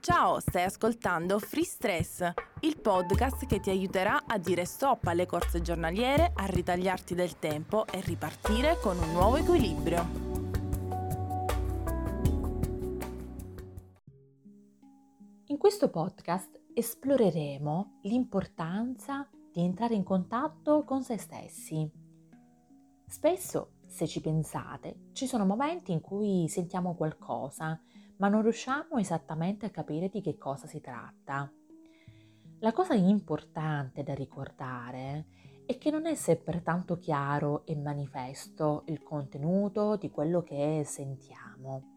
Ciao, stai ascoltando Free Stress, il podcast che ti aiuterà a dire stop alle corse giornaliere, a ritagliarti del tempo e ripartire con un nuovo equilibrio. In questo podcast esploreremo l'importanza di entrare in contatto con se stessi. Spesso, se ci pensate, ci sono momenti in cui sentiamo qualcosa, ma non riusciamo esattamente a capire di che cosa si tratta. La cosa importante da ricordare è che non è sempre tanto chiaro e manifesto il contenuto di quello che sentiamo.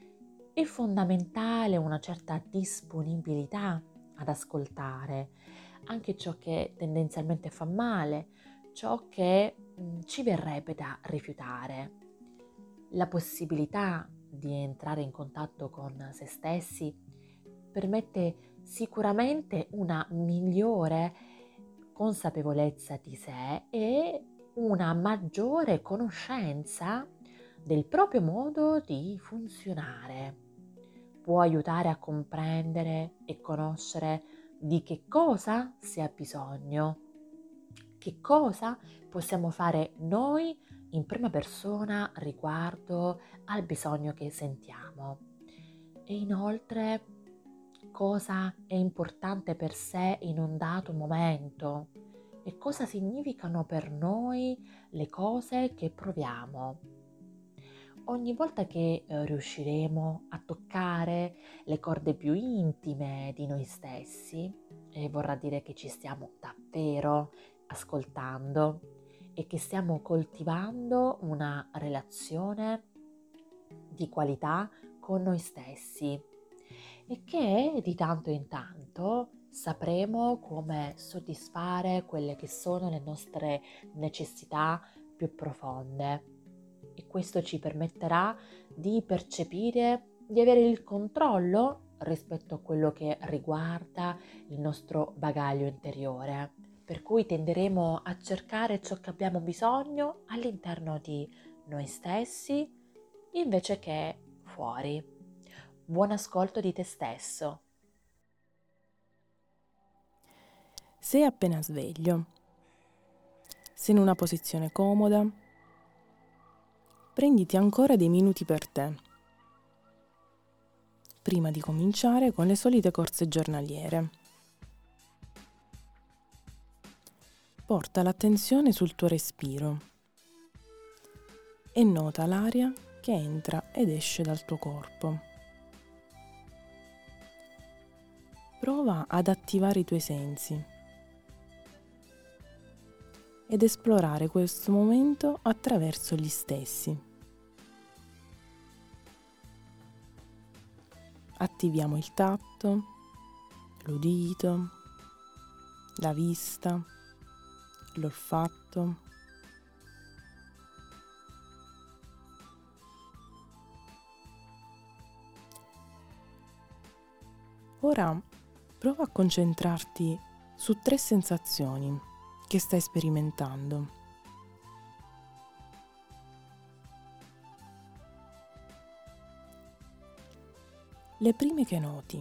È fondamentale una certa disponibilità ad ascoltare anche ciò che tendenzialmente fa male, ciò che ci verrebbe da rifiutare. La possibilità di entrare in contatto con se stessi permette sicuramente una migliore consapevolezza di sé e una maggiore conoscenza del proprio modo di funzionare. Può aiutare a comprendere e conoscere di che cosa si ha bisogno, che cosa possiamo fare noi in prima persona riguardo al bisogno che sentiamo e inoltre cosa è importante per sé in un dato momento e cosa significano per noi le cose che proviamo. Ogni volta che riusciremo a toccare le corde più intime di noi stessi, vorrà dire che ci stiamo davvero ascoltando e che stiamo coltivando una relazione di qualità con noi stessi e che di tanto in tanto sapremo come soddisfare quelle che sono le nostre necessità più profonde. E questo ci permetterà di percepire, di avere il controllo rispetto a quello che riguarda il nostro bagaglio interiore, per cui tenderemo a cercare ciò che abbiamo bisogno all'interno di noi stessi invece che fuori. Buon ascolto di te stesso. Sei appena sveglio. Sei in una posizione comoda. Prenditi ancora dei minuti per te, prima di cominciare con le solite corse giornaliere. Porta l'attenzione sul tuo respiro e nota l'aria che entra ed esce dal tuo corpo. Prova ad attivare i tuoi sensi ed esplorare questo momento attraverso gli stessi. Attiviamo il tatto, l'udito, la vista, l'olfatto. Ora prova a concentrarti su 3 sensazioni che stai sperimentando. Le prime che noti.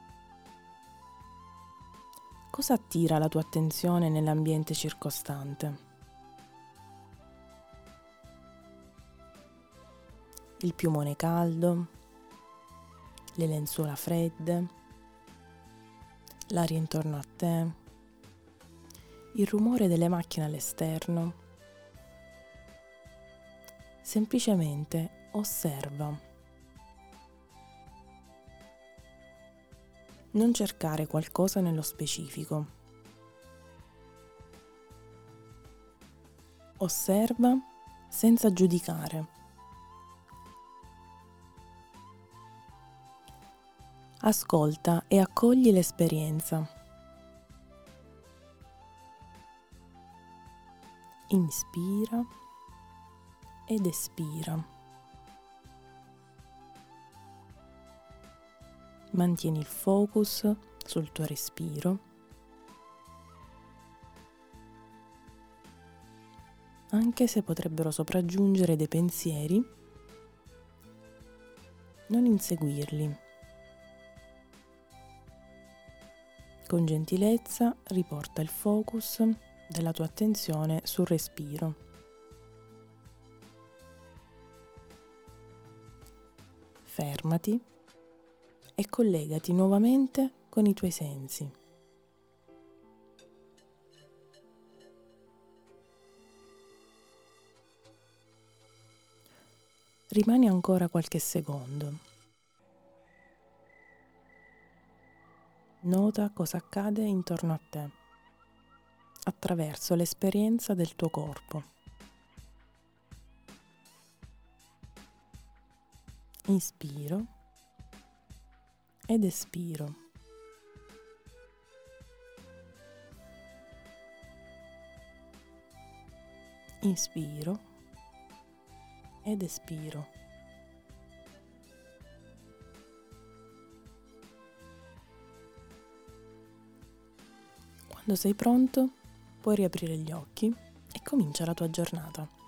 Cosa attira la tua attenzione nell'ambiente circostante? Il piumone caldo, le lenzuola fredde, l'aria intorno a te, il rumore delle macchine all'esterno. Semplicemente osserva. Non cercare qualcosa nello specifico. Osserva senza giudicare. Ascolta e accogli l'esperienza. Inspira ed espira. Mantieni il focus sul tuo respiro, anche se potrebbero sopraggiungere dei pensieri, non inseguirli. Con gentilezza riporta il focus della tua attenzione sul respiro. Fermati e collegati nuovamente con i tuoi sensi. Rimani ancora qualche secondo. Nota cosa accade intorno a te, attraverso l'esperienza del tuo corpo. Inspiro ed espiro. Inspiro ed espiro. Quando sei pronto, puoi riaprire gli occhi e comincia la tua giornata.